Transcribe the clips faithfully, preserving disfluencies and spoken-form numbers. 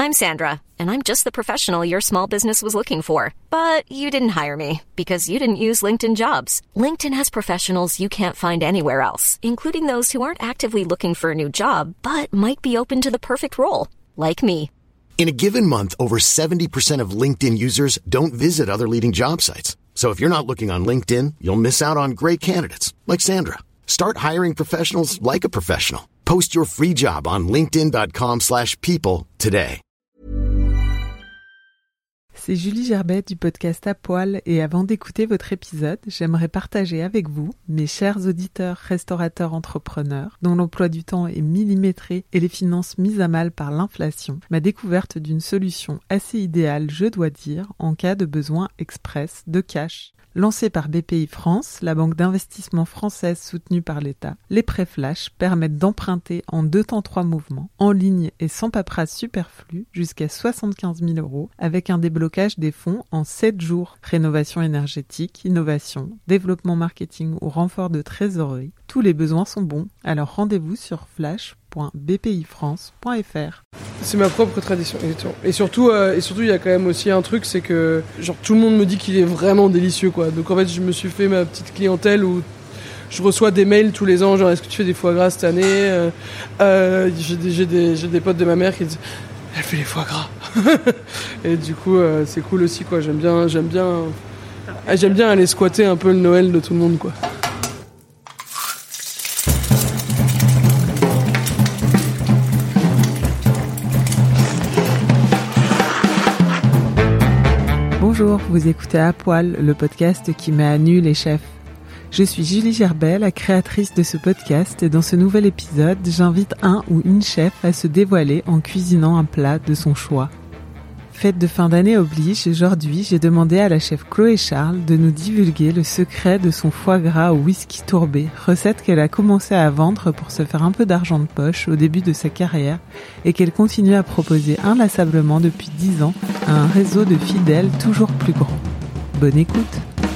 I'm Sandra, and I'm just the professional your small business was looking for. But you didn't hire me because you didn't use LinkedIn Jobs. LinkedIn has professionals you can't find anywhere else, including those who aren't actively looking for a new job, but might be open to the perfect role, like me. In a given month, over seventy percent of LinkedIn users don't visit other leading job sites. So if you're not looking on LinkedIn, you'll miss out on great candidates, like Sandra. Start hiring professionals like a professional. Post your free job on linkedin.com slash people today. C'est Julie Gerbet du podcast À Poil et avant d'écouter votre épisode, j'aimerais partager avec vous, mes chers auditeurs, restaurateurs, entrepreneurs, dont l'emploi du temps est millimétré et les finances mises à mal par l'inflation, ma découverte d'une solution assez idéale, je dois dire, en cas de besoin express de cash. Lancée par B P I France, la banque d'investissement française soutenue par l'État, les prêts flash permettent d'emprunter en deux temps trois mouvements, en ligne et sans paperasse superflue, jusqu'à soixante-quinze mille euros, avec un déblocage des fonds en sept jours. Rénovation énergétique, innovation, développement marketing ou renfort de trésorerie, tous les besoins sont bons, alors rendez-vous sur flash point b p i france point f r. C'est ma propre tradition, exactement. Et surtout, euh, et surtout, il y a quand même aussi un truc, c'est que genre tout le monde me dit qu'il est vraiment délicieux, quoi. Donc en fait, je me suis fait ma petite clientèle où je reçois des mails tous les ans, genre est-ce que tu fais des foie gras cette année euh, euh, j'ai, des, j'ai, des, j'ai des potes de ma mère qui disent elle fait les foie gras. Et du coup, euh, c'est cool aussi, quoi. J'aime bien, j'aime bien, euh, j'aime bien aller squatter un peu le Noël de tout le monde, quoi. Bonjour, vous écoutez À Poil, le podcast qui met à nu les chefs. Je suis Julie Gerbet, la créatrice de ce podcast, et dans ce nouvel épisode, j'invite un ou une chef à se dévoiler en cuisinant un plat de son choix. Fête de fin d'année oblige, aujourd'hui j'ai demandé à la chef Chloé Charles de nous divulguer le secret de son foie gras au whisky tourbé, recette qu'elle a commencé à vendre pour se faire un peu d'argent de poche au début de sa carrière et qu'elle continue à proposer inlassablement depuis dix ans à un réseau de fidèles toujours plus grand. Bonne écoute.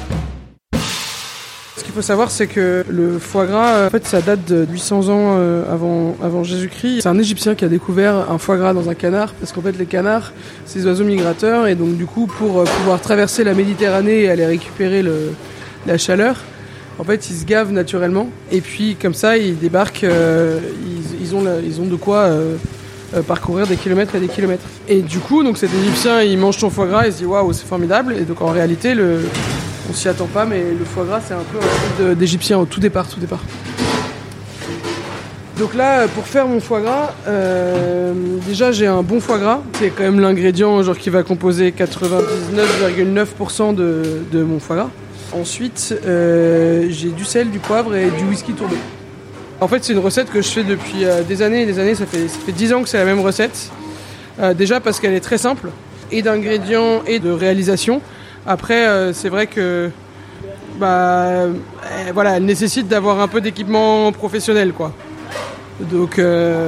Ce qu'il faut savoir, c'est que le foie gras, en fait, ça date de huit cents ans avant, avant Jésus-Christ. C'est un Égyptien qui a découvert un foie gras dans un canard, parce qu'en fait, les canards, c'est des oiseaux migrateurs, et donc du coup, pour pouvoir traverser la Méditerranée et aller récupérer le, la chaleur, en fait, ils se gavent naturellement, et puis comme ça, ils débarquent, euh, ils, ils, ont la, ils ont de quoi euh, euh, parcourir des kilomètres et des kilomètres. Et du coup, donc cet Égyptien, il mange son foie gras, il se dit waouh, c'est formidable, et donc en réalité, le on s'y attend pas, mais le foie gras, c'est un peu un truc de, d'Égyptien au tout départ, tout départ. Donc là, pour faire mon foie gras, euh, déjà j'ai un bon foie gras, c'est quand même l'ingrédient genre qui va composer quatre-vingt-dix-neuf virgule neuf pour cent de, de mon foie gras. Ensuite, euh, j'ai du sel, du poivre et du whisky tourbé. En fait, c'est une recette que je fais depuis euh, des années et des années. Ça fait, ça fait dix ans que c'est la même recette. Euh, déjà parce qu'elle est très simple, et d'ingrédients et de réalisation. Après, euh, c'est vrai que bah, euh, voilà, elle nécessite d'avoir un peu d'équipement professionnel, quoi. Donc, euh,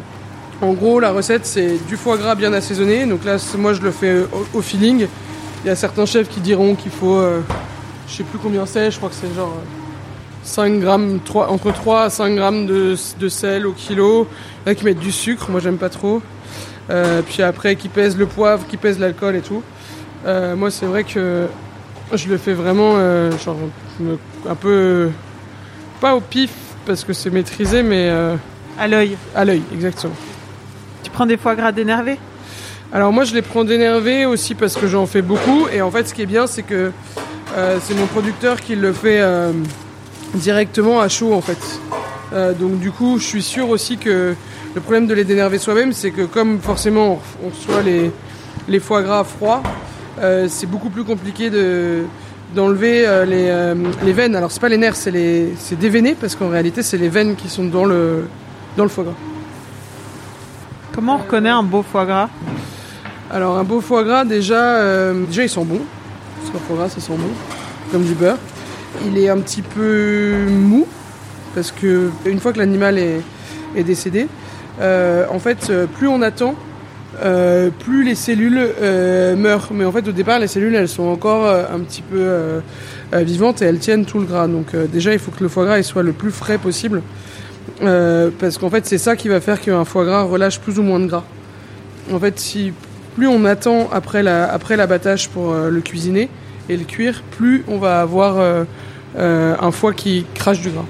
en gros, la recette, c'est du foie gras bien assaisonné. Donc là, moi, je le fais au, au feeling. Il y a certains chefs qui diront qu'il faut, euh, je sais plus combien c'est, je crois que c'est genre cinq grammes, trois, entre trois à cinq grammes de, de sel au kilo. Il y en a qui mettent du sucre, moi, j'aime pas trop. Euh, puis après, qui pèsent le poivre, qui pèsent l'alcool et tout. Euh, moi, c'est vrai que je le fais vraiment euh, genre, un peu, pas au pif, parce que c'est maîtrisé, mais... Euh, à l'œil. À l'œil, exactement. Tu prends des foie gras d'énervé ? Alors moi, je les prends d'énervé aussi parce que j'en fais beaucoup. Et en fait, ce qui est bien, c'est que euh, c'est mon producteur qui le fait euh, directement à chaud, en fait. Euh, donc du coup, je suis sûr aussi que le problème de les dénerver soi-même, c'est que comme forcément on reçoit les, les foie gras froids, Euh, c'est beaucoup plus compliqué de, d'enlever euh, les, euh, les veines. Alors c'est pas les nerfs, c'est, les, c'est déveiné, parce qu'en réalité c'est les veines qui sont dans le, dans le foie gras. Comment on reconnaît un beau foie gras ? Alors un beau foie gras, déjà, euh, déjà il sent bon, parce qu'un foie gras ça sent bon, comme du beurre. Il est un petit peu mou, parce que une fois que l'animal est, est décédé, euh, en fait plus on attend, Euh, plus les cellules euh, meurent. Mais en fait, au départ, les cellules, elles sont encore euh, un petit peu euh, euh, vivantes et elles tiennent tout le gras. Donc euh, déjà, il faut que le foie gras il soit le plus frais possible. Euh, parce qu'en fait, c'est ça qui va faire qu'un foie gras relâche plus ou moins de gras. en fait, si plus on attend après, la, après l'abattage pour euh, le cuisiner et le cuire, plus on va avoir euh, euh, un foie qui crache du gras.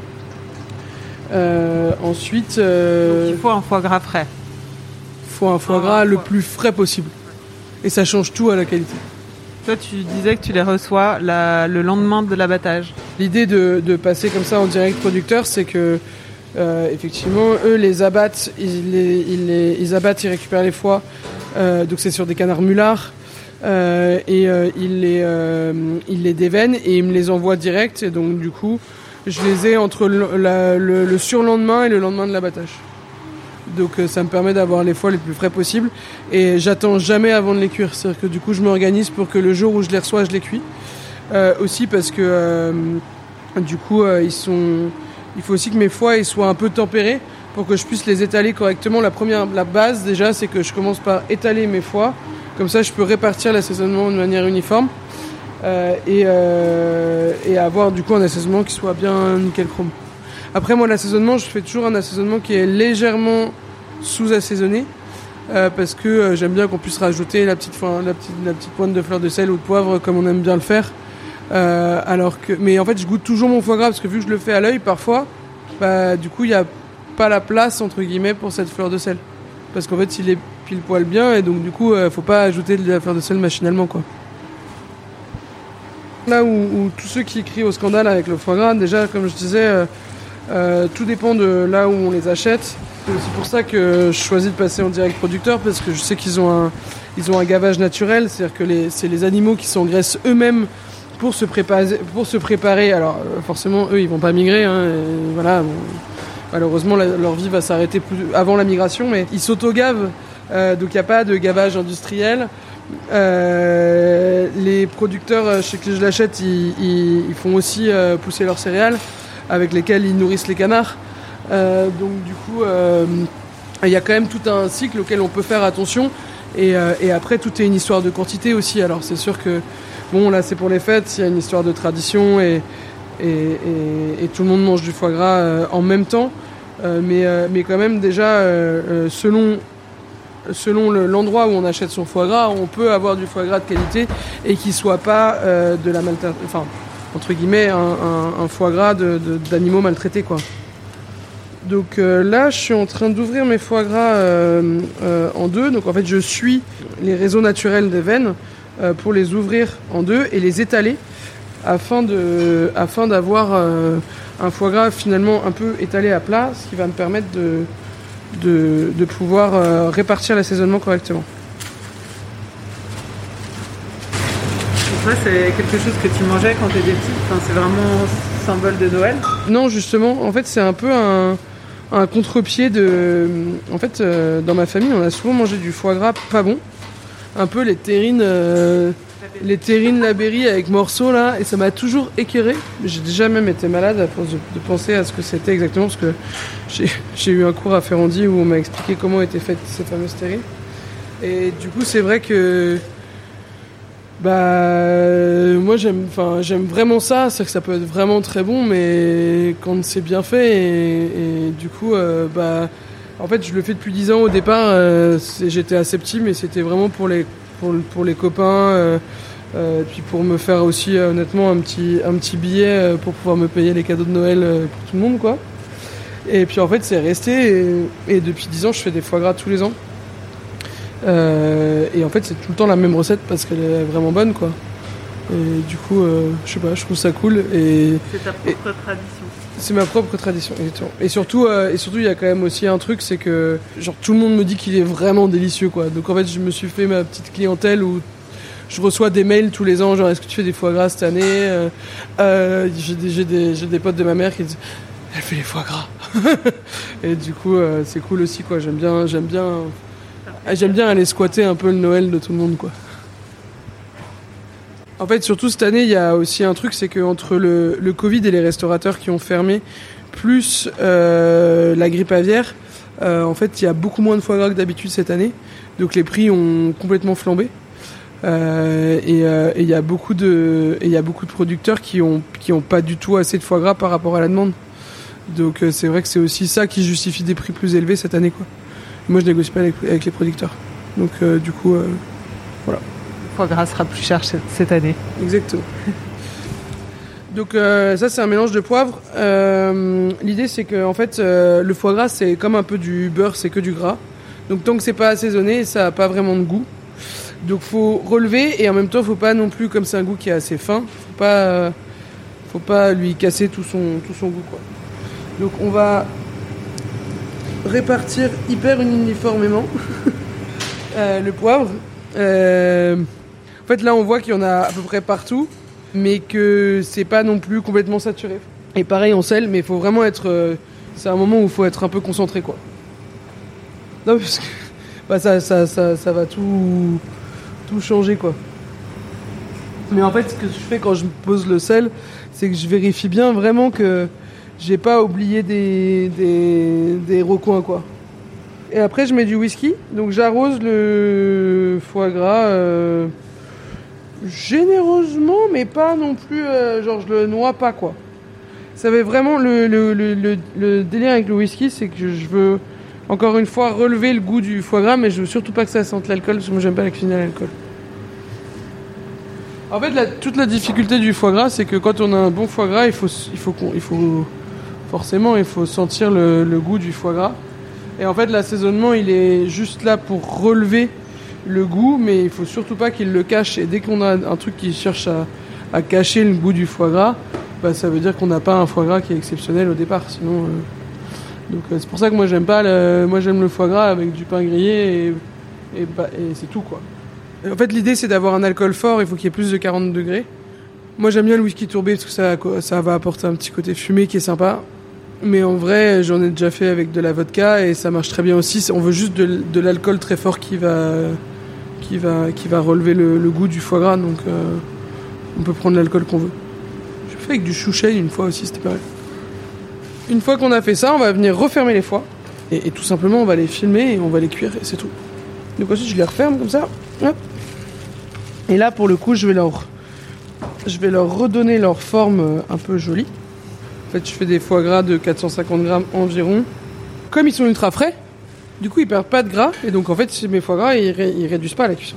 Euh, ensuite... Euh, Donc il faut un foie gras frais. Il faut un foie ah, gras le foie. plus frais possible. Et ça change tout à la qualité. Toi, tu disais que tu les reçois la, le lendemain de l'abattage. L'idée de, de passer comme ça en direct producteur, c'est que euh, effectivement, eux les abattent, ils, les, ils, les, ils abattent, ils récupèrent les foies. Euh, donc c'est sur des canards mulards euh, et euh, ils les euh, ils les déveinent et ils me les envoient direct. Et donc du coup, je les ai entre le, la, le, le surlendemain et le lendemain de l'abattage. Donc euh, ça me permet d'avoir les foies les plus frais possibles et j'attends jamais avant de les cuire. C'est-à-dire que du coup je m'organise pour que le jour où je les reçois je les cuis. Euh, aussi parce que euh, du coup euh, ils sont, il faut aussi que mes foies ils soient un peu tempérés pour que je puisse les étaler correctement. La première, la base déjà c'est que je commence par étaler mes foies. Comme ça je peux répartir l'assaisonnement de manière uniforme euh, et, euh, et avoir du coup un assaisonnement qui soit bien nickel chrome. Après moi l'assaisonnement, je fais toujours un assaisonnement qui est légèrement sous-assaisonné euh, parce que euh, j'aime bien qu'on puisse rajouter la petite, fin, la, petite, la petite pointe de fleur de sel ou de poivre comme on aime bien le faire. Euh, alors que, mais en fait je goûte toujours mon foie gras parce que vu que je le fais à l'œil parfois, bah, du coup il n'y a pas la place entre guillemets pour cette fleur de sel. Parce qu'en fait il est pile poil bien et donc du coup euh, faut pas ajouter de la fleur de sel machinalement quoi. Là où, où tous ceux qui crient au scandale avec le foie gras, déjà comme je disais... Euh, Euh, tout dépend de là où on les achète. C'est aussi pour ça que je choisis de passer en direct producteur parce que je sais qu'ils ont un, ils ont un gavage naturel, c'est-à-dire que les, c'est les animaux qui s'engraissent eux-mêmes pour se préparer. Pour se préparer. Alors forcément, eux, ils vont pas migrer. Hein, et voilà, bon, malheureusement, la, leur vie va s'arrêter plus avant la migration, mais ils s'auto-gavent. Euh, donc il n'y a pas de gavage industriel. Euh, les producteurs chez qui je l'achète, ils, ils, ils font aussi euh, pousser leurs céréales, avec lesquels ils nourrissent les canards. Euh, donc du coup, euh, il y a quand même tout un cycle auquel on peut faire attention. Et, euh, et après, tout est une histoire de quantité aussi. Alors c'est sûr que, bon, là c'est pour les fêtes, il y a une histoire de tradition et, et, et, et tout le monde mange du foie gras euh, en même temps. Euh, mais, euh, mais quand même, déjà, euh, euh, selon, selon le, l'endroit où on achète son foie gras, on peut avoir du foie gras de qualité et qui soit pas euh, de la maltraitance. Enfin, entre guillemets, un, un, un foie gras de, de, d'animaux maltraités, quoi. Donc euh, là, je suis en train d'ouvrir mes foie gras euh, euh, en deux. Donc en fait, je suis les réseaux naturels des veines euh, pour les ouvrir en deux et les étaler afin, de, afin d'avoir euh, un foie gras finalement un peu étalé à plat, ce qui va me permettre de, de, de pouvoir euh, répartir l'assaisonnement correctement. Ça, c'est quelque chose que tu mangeais quand tu étais petite, enfin, c'est vraiment symbole de Noël? Non, justement, en fait, c'est un peu un, un contre-pied de... En fait, euh, dans ma famille, on a souvent mangé du foie gras pas bon. Un peu les terrines, euh, les terrines Labéry avec morceaux, là, et ça m'a toujours écœuré. J'ai déjà même été malade à force de, de penser à ce que c'était exactement, parce que j'ai, j'ai eu un cours à Ferrandi où on m'a expliqué comment étaient faites ces fameuses terrines. Et du coup, c'est vrai que... Bah, euh, moi j'aime, enfin j'aime vraiment ça, c'est que ça peut être vraiment très bon, mais quand c'est bien fait et, et du coup, euh, bah, en fait je le fais depuis dix ans au départ. Euh, j'étais assez petit, mais c'était vraiment pour les pour, pour les copains, euh, euh, puis pour me faire aussi euh, honnêtement un petit un petit billet euh, pour pouvoir me payer les cadeaux de Noël euh, pour tout le monde, quoi. Et puis en fait c'est resté et, et depuis dix ans je fais des foie gras tous les ans. Euh, et en fait c'est tout le temps la même recette parce qu'elle est vraiment bonne, quoi. Et du coup euh, je sais pas, je trouve ça cool et c'est ta propre et, tradition. C'est ma propre tradition, exactement. Et surtout euh, et surtout il y a quand même aussi un truc, c'est que genre tout le monde me dit qu'il est vraiment délicieux, quoi. Donc en fait je me suis fait ma petite clientèle où je reçois des mails tous les ans, genre est-ce que tu fais des foie gras cette année? euh, euh, j'ai, des, j'ai, des, j'ai des potes de ma mère qui disent elle fait les foie gras. Et du coup euh, c'est cool aussi, quoi. J'aime bien, j'aime bien J'aime bien aller squatter un peu le Noël de tout le monde, quoi. En fait, surtout cette année, il y a aussi un truc, c'est qu'entre le, le Covid et les restaurateurs qui ont fermé, plus euh, la grippe aviaire, euh, en fait, il y a beaucoup moins de foie gras que d'habitude cette année. Donc les prix ont complètement flambé. Euh, et euh, il y a beaucoup de, et il y a beaucoup de producteurs qui ont, qui ont pas du tout assez de foie gras par rapport à la demande. Donc euh, c'est vrai que c'est aussi ça qui justifie des prix plus élevés cette année, quoi. Moi, je négocie pas avec les producteurs. Donc euh, du coup, euh, voilà. Le foie gras sera plus cher cette année. Exactement. Donc euh, ça c'est un mélange de poivre. Euh, l'idée c'est que en fait euh, le foie gras c'est comme un peu du beurre, c'est que du gras. Donc tant que c'est pas assaisonné, ça a pas vraiment de goût. Donc faut relever et en même temps faut pas non plus, comme c'est un goût qui est assez fin, faut pas euh, faut pas lui casser tout son tout son goût quoi. Donc on va répartir hyper uniformément euh, le poivre. Euh, en fait là on voit qu'il y en a à peu près partout, mais que c'est pas non plus complètement saturé. Et pareil en sel, mais il faut vraiment être... Euh, c'est un moment où il faut être un peu concentré, quoi. Non, parce que bah, ça, ça, ça, ça va tout, tout changer, quoi. Mais en fait, ce que je fais quand je pose le sel, c'est que je vérifie bien vraiment que j'ai pas oublié des, des, des recoins, quoi. Et après, je mets du whisky. Donc j'arrose le foie gras... Euh, généreusement, mais pas non plus euh, genre je le noie pas quoi. Ça va vraiment le, le, le, le, le délire avec le whisky, c'est que je veux encore une fois relever le goût du foie gras, mais je veux surtout pas que ça sente l'alcool, parce que moi j'aime pas la cuisine à l'alcool. En fait, la, toute la difficulté du foie gras, c'est que quand on a un bon foie gras, il faut, il faut, il faut forcément il faut sentir le, le goût du foie gras. Et en fait, l'assaisonnement, il est juste là pour relever le goût, mais il faut surtout pas qu'il le cache. Et dès qu'on a un truc qui cherche à, à cacher le goût du foie gras, bah, ça veut dire qu'on n'a pas un foie gras qui est exceptionnel au départ. Sinon, euh... donc euh, c'est pour ça que moi j'aime pas le... moi j'aime le foie gras avec du pain grillé et, et, bah, et c'est tout quoi. Et en fait l'idée c'est d'avoir un alcool fort, il faut qu'il y ait plus de quarante degrés. Moi j'aime bien le whisky tourbé parce que ça, ça va apporter un petit côté fumé qui est sympa. Mais en vrai, j'en ai déjà fait avec de la vodka et ça marche très bien aussi. On veut juste de, de l'alcool très fort qui va, qui va, qui va relever le, le goût du foie gras. Donc, euh, on peut prendre l'alcool qu'on veut. J'ai fait avec du chouchen une fois aussi, c'était pas mal. Une fois qu'on a fait ça, on va venir refermer les foies. Et, et tout simplement, on va les filmer et on va les cuire et c'est tout. Donc ensuite, je les referme comme ça. Hop. Et là, pour le coup, je vais leur, je vais leur redonner leur forme un peu jolie. En fait, je fais des foie gras de quatre cent cinquante grammes environ. Comme ils sont ultra frais, du coup, ils perdent pas de gras. Et donc, en fait, mes foie gras, ils, ré- ils réduisent pas à la cuisson.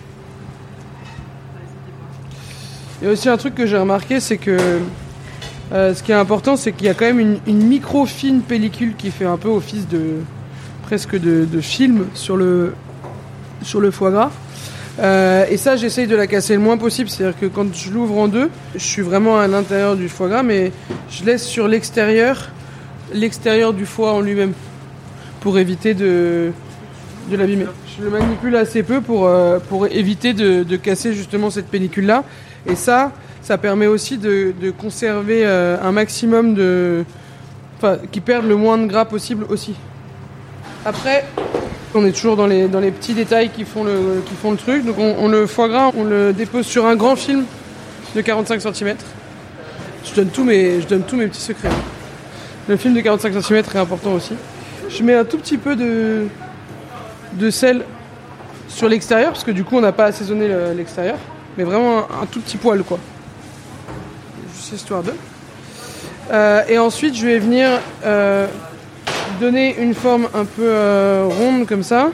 Il y a aussi un truc que j'ai remarqué, c'est que euh, ce qui est important, c'est qu'il y a quand même une, une micro-fine pellicule qui fait un peu office de presque de, de film sur le, sur le foie gras. Euh, et ça, j'essaye de la casser le moins possible. C'est-à-dire que quand je l'ouvre en deux, je suis vraiment à l'intérieur du foie gras, mais je laisse sur l'extérieur, l'extérieur du foie en lui-même, pour éviter de, de l'abîmer. Je le manipule assez peu pour, euh, pour éviter de, de casser justement cette pellicule-là. Et ça, ça permet aussi de, de conserver euh, un maximum de... Enfin, qui perdent le moins de gras possible aussi. Après... On est toujours dans les, dans les petits détails qui font le, qui font le truc. Donc on, on le foie gras, on le dépose sur un grand film de quarante-cinq centimètres. Je donne tous mes, je donne tous mes petits secrets. Le film de quarante-cinq centimètres est important aussi. Je mets un tout petit peu de, de sel sur l'extérieur, parce que du coup on n'a pas assaisonné le, l'extérieur. Mais vraiment un, un tout petit poil quoi. Juste histoire de. Euh, et ensuite je vais venir... Euh, donner une forme un peu euh, ronde comme ça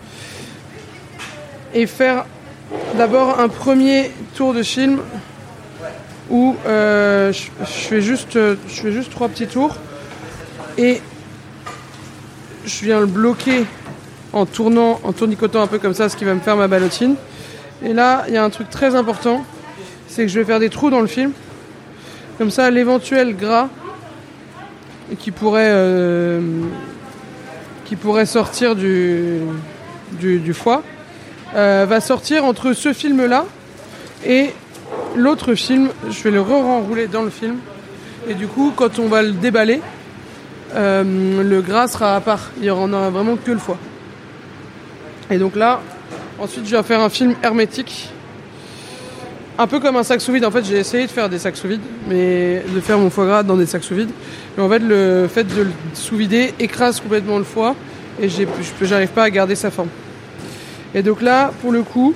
et faire d'abord un premier tour de film où euh, je, je fais juste je fais juste trois petits tours et je viens le bloquer en tournant, en tournicotant un peu comme ça, ce qui va me faire ma ballotine. Et là il y a un truc très important, c'est que je vais faire des trous dans le film comme ça, l'éventuel gras qui pourrait euh, qui pourrait sortir du du, du foie euh, va sortir entre ce film là et l'autre film. Je vais le re-renrouler dans le film et du coup quand on va le déballer euh, le gras sera à part, il y en aura vraiment que le foie. Et donc là ensuite je vais faire un film hermétique, un peu comme un sac sous vide. En fait, j'ai essayé de faire des sacs sous vide, mais de faire mon foie gras dans des sacs sous vide. Mais en fait, le fait de le sous vider écrase complètement le foie et j'ai, je, j'arrive pas à garder sa forme. Et donc là, pour le coup,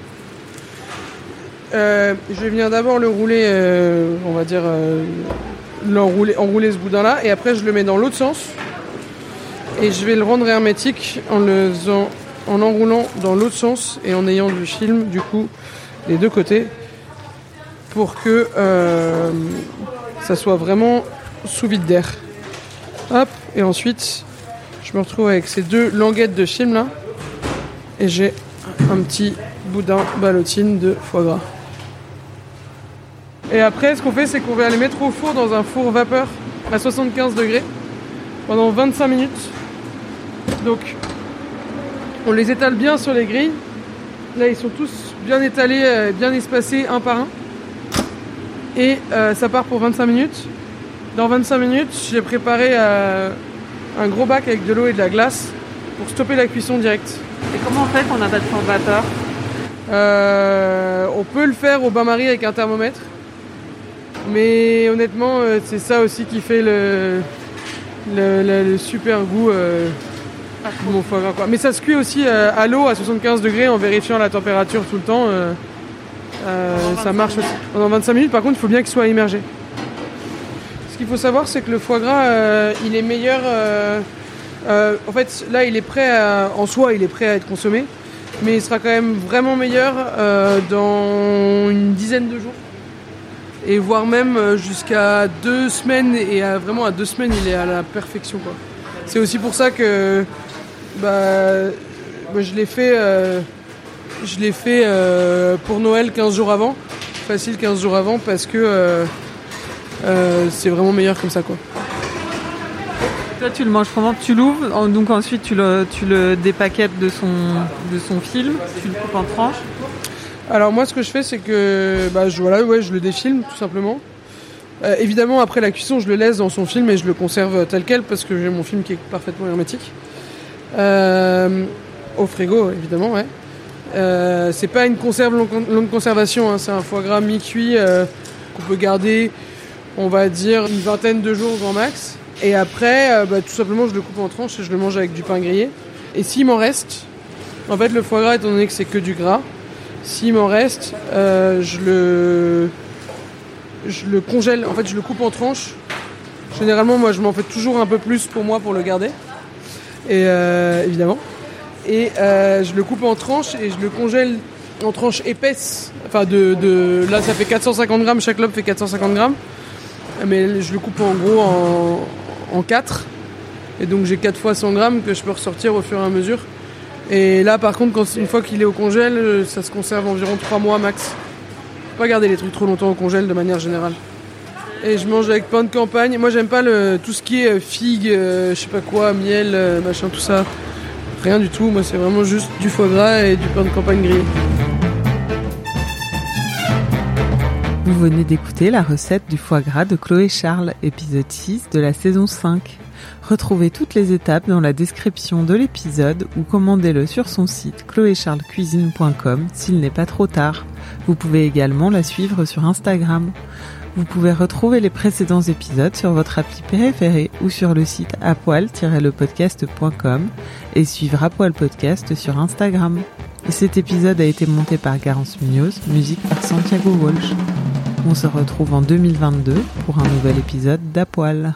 euh, je vais venir d'abord le rouler, euh, on va dire, euh, l'enrouler, enrouler ce boudin-là, et après je le mets dans l'autre sens et je vais le rendre hermétique en le faisant en l'enroulant dans l'autre sens et en ayant du film, du coup, les deux côtés, pour que euh, ça soit vraiment sous vide d'air. Hop, et ensuite, je me retrouve avec ces deux languettes de film là, et j'ai un petit boudin ballotine de foie gras. Et après, ce qu'on fait, c'est qu'on va les mettre au four dans un four vapeur à soixante-quinze degrés pendant vingt-cinq minutes. Donc, on les étale bien sur les grilles. Là, ils sont tous bien étalés, bien espacés, un par un. Et euh, ça part pour vingt-cinq minutes. Dans vingt-cinq minutes, j'ai préparé euh, un gros bac avec de l'eau et de la glace pour stopper la cuisson directe. Et comment on fait quand on n'a pas de four vapeur ? euh, On peut le faire au bain-marie avec un thermomètre. Mais honnêtement, euh, c'est ça aussi qui fait le, le, le, le super goût euh, de mon foie gras, quoi. Mais ça se cuit aussi euh, à l'eau à soixante-quinze degrés en vérifiant la température tout le temps. Euh, euh, ça marche aussi. Pendant vingt-cinq minutes, par contre, il faut bien qu'il soit immergé. Ce qu'il faut savoir, c'est que le foie gras, euh, il est meilleur... Euh, euh, en fait, là, il est prêt à, en soi, il est prêt à être consommé. Mais il sera quand même vraiment meilleur euh, dans une dizaine de jours. Et voire même jusqu'à deux semaines, et à, vraiment à deux semaines, il est à la perfection, quoi. C'est aussi pour ça que bah, bah, je l'ai fait, euh, je l'ai fait euh, pour Noël quinze jours avant, facile quinze jours avant, parce que euh, euh, c'est vraiment meilleur comme ça, quoi. Toi, tu le manges comment ? Tu l'ouvres, donc ensuite tu le, tu le dépaquettes de son, de son film, tu le coupes en tranches. Alors moi, ce que je fais, c'est que bah, je, voilà, ouais, je le défilme, tout simplement. Euh, évidemment, après la cuisson, je le laisse dans son film et je le conserve tel quel, parce que j'ai mon film qui est parfaitement hermétique. Euh, au frigo, évidemment, ouais. Euh, c'est pas une conserve longue, longue conservation, hein, c'est un foie gras mi-cuit euh, qu'on peut garder, on va dire, une vingtaine de jours grand max. Et après, euh, bah, tout simplement, je le coupe en tranches et je le mange avec du pain grillé. Et s'il m'en reste, en fait, le foie gras, étant donné que c'est que du gras, s'il m'en reste, euh, je le je le congèle. En fait, je le coupe en tranches. Généralement, moi, je m'en fais toujours un peu plus pour moi pour le garder. Et euh, évidemment. Et euh, je le coupe en tranches et je le congèle en tranches épaisses. Enfin, de, de là, ça fait quatre cent cinquante grammes. Chaque lobe fait quatre cent cinquante grammes. Mais je le coupe en gros en, en quatre. Et donc, j'ai quatre fois cent grammes que je peux ressortir au fur et à mesure. Et là, par contre, quand, une fois qu'il est au congèle, ça se conserve environ trois mois max. Faut pas garder les trucs trop longtemps au congèle de manière générale. Et je mange avec pain de campagne. Moi, j'aime pas le, tout ce qui est figues, euh, je sais pas quoi, miel, euh, machin, tout ça. Rien du tout. Moi, c'est vraiment juste du foie gras et du pain de campagne grillé. Vous venez d'écouter la recette du foie gras de Chloé Charles, épisode six de la saison cinq. Retrouvez toutes les étapes dans la description de l'épisode ou commandez-le sur son site chloé charles cuisine point com s'il n'est pas trop tard. Vous pouvez également la suivre sur Instagram. Vous pouvez retrouver les précédents épisodes sur votre appli préférée ou sur le site à poil tiret le podcast point com et suivre À Poil Podcast sur Instagram. Et cet épisode a été monté par Garance Munoz, musique par Santiago Walsh. On se retrouve en deux mille vingt-deux pour un nouvel épisode d'À Poil.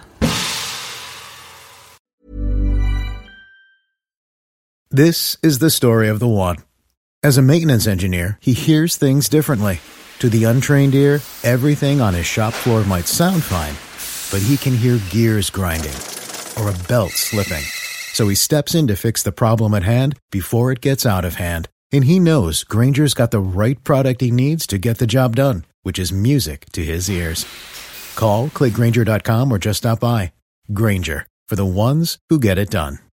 This is the story of the one. As a maintenance engineer, he hears things differently. To the untrained ear, everything on his shop floor might sound fine, but he can hear gears grinding or a belt slipping. So he steps in to fix the problem at hand before it gets out of hand. And he knows Grainger's got the right product he needs to get the job done, which is music to his ears. Call, click Grainger dot com or just stop by. Grainger, for the ones who get it done.